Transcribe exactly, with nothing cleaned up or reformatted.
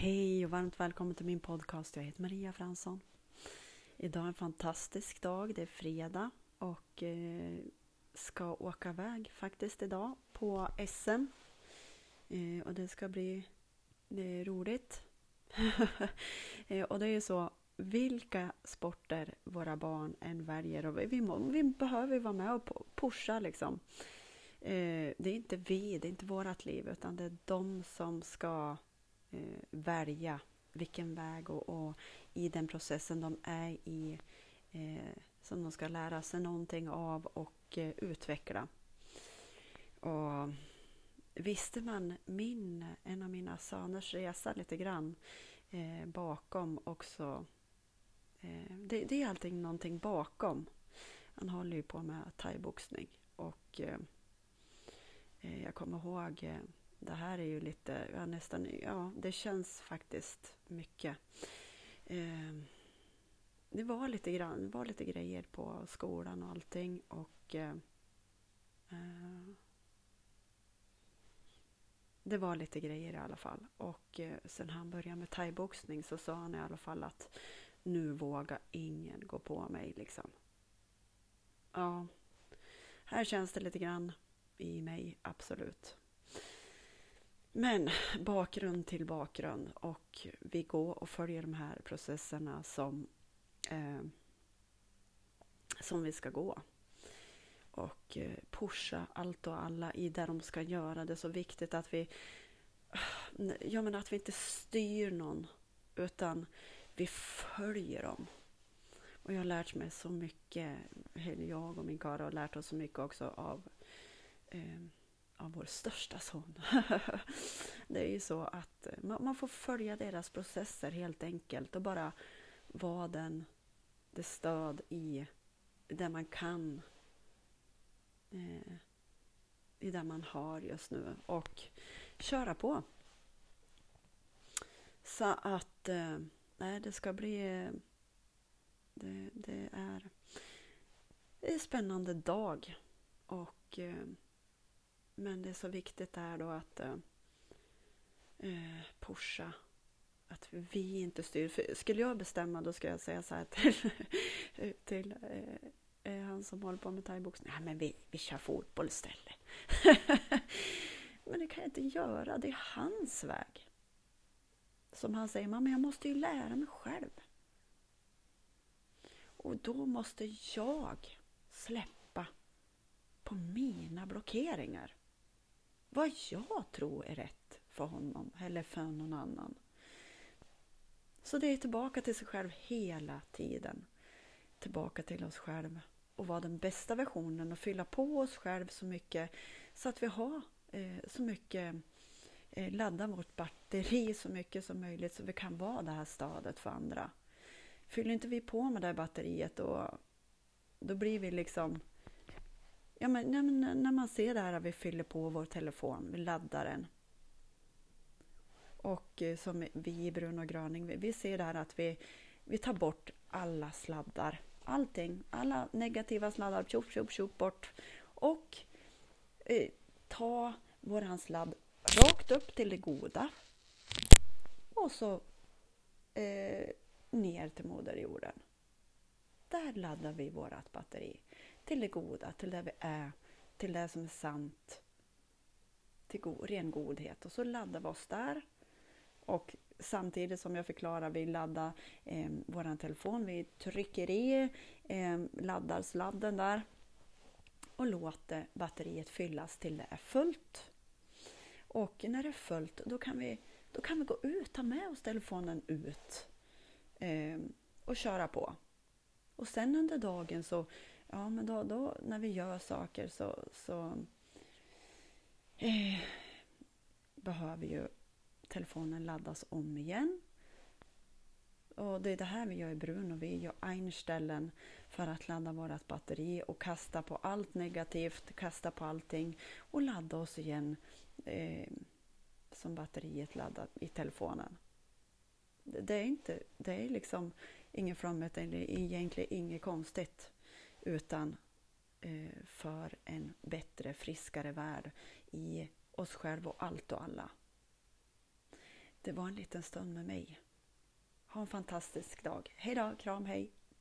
Hej och varmt välkommen till min podcast. Jag heter Maria Fransson. Idag är en fantastisk dag. Det är fredag och eh, ska åka iväg faktiskt idag på S M. Eh, och det ska bli det är roligt. eh, och det är ju så, vilka sporter våra barn än väljer. Och vi, må, vi behöver vara med och pusha liksom. Eh, det är inte vi, det är inte vårat liv, utan det är de som ska eh, välja vilken väg och, och i den processen de är i eh, som de ska lära sig någonting av och eh, utveckla. Och visste man min, en av mina söners resa lite grann eh, bakom också. Eh, det, det är allting någonting bakom. Han håller ju på med thaiboxning och eh, jag kommer ihåg, eh, det här är ju lite, ja, nästan, ja, det känns faktiskt mycket. Eh, det var lite grann, det var lite grejer på skolan och allting och eh, det var lite grejer i alla fall. Och eh, sen han började med thaiboxning så sa han i alla fall att nu vågar ingen gå på mig liksom. Ja, här känns det lite grann i mig, absolut. Men bakgrund till bakgrund och vi går och följer de här processerna som, eh, som vi ska gå. Och eh, pusha allt och alla i där de ska göra. Det är så viktigt att vi, jag menar att vi inte styr någon utan vi följer dem. Och jag har lärt mig så mycket, jag och min karl har lärt oss så mycket också av eh, av vår största son. Det är ju så att man, man får följa deras processer helt enkelt och bara vara den, det stöd i det man kan eh, i det man har just nu och köra på. Så att eh, nej, det ska bli det, det är det är en spännande dag och eh, men det är så viktigt där då att eh, pusha. Att vi inte styr. För skulle jag bestämma då skulle jag säga så här till, till eh, han som håller på med thaiboxning. Nej men vi, vi kör fotboll istället. Men det kan jag inte göra. Det är hans väg. Som han säger, mamma jag måste ju lära mig själv. Och då måste jag släppa på mina blockeringar. Vad jag tror är rätt för honom eller för någon annan. Så det är tillbaka till sig själv hela tiden. Tillbaka till oss själva. Och vara den bästa versionen och fylla på oss själv så mycket. Så att vi har eh, så mycket, eh, ladda vårt batteri så mycket som möjligt. Så vi kan vara det här stödet för andra. Fyller inte vi på med det här batteriet då, då blir vi liksom... Ja, men när man ser det här att vi fyller på vår telefon, vi laddar den. Och som vi i Brun och Gröning, vi ser det här att vi, vi tar bort alla sladdar. Allting, alla negativa sladdar, tjopp, tjopp, tjopp bort. Och eh, ta våran sladd rakt upp till det goda. Och så eh, ner till moderjorden. Där laddar vi vårat batteri. Till det goda, till det vi är, till det som är sant, till go- ren godhet. Och så laddar vi oss där. Och samtidigt som jag förklarar, vi laddar eh, vår telefon. Vi trycker i, eh, laddar sladden där. Och låter batteriet fyllas till det är fullt. Och när det är fullt, då kan vi, då kan vi gå ut, ta med oss telefonen ut. Eh, och köra på. Och sen under dagen så ja, men då, då när vi gör saker så, så eh, behöver ju telefonen laddas om igen. Och det är det här vi gör i Brun och vi gör einställen för att ladda vårat batteri och kasta på allt negativt, kasta på allting och ladda oss igen eh, som batteriet laddar i telefonen. Det, det är inte, det är liksom ingen frommet eller egentligen inget konstigt. Utan eh, för en bättre, friskare värld i oss själva och allt och alla. det var en liten stund med mig. Ha en fantastisk dag. Hej då, kram, hej!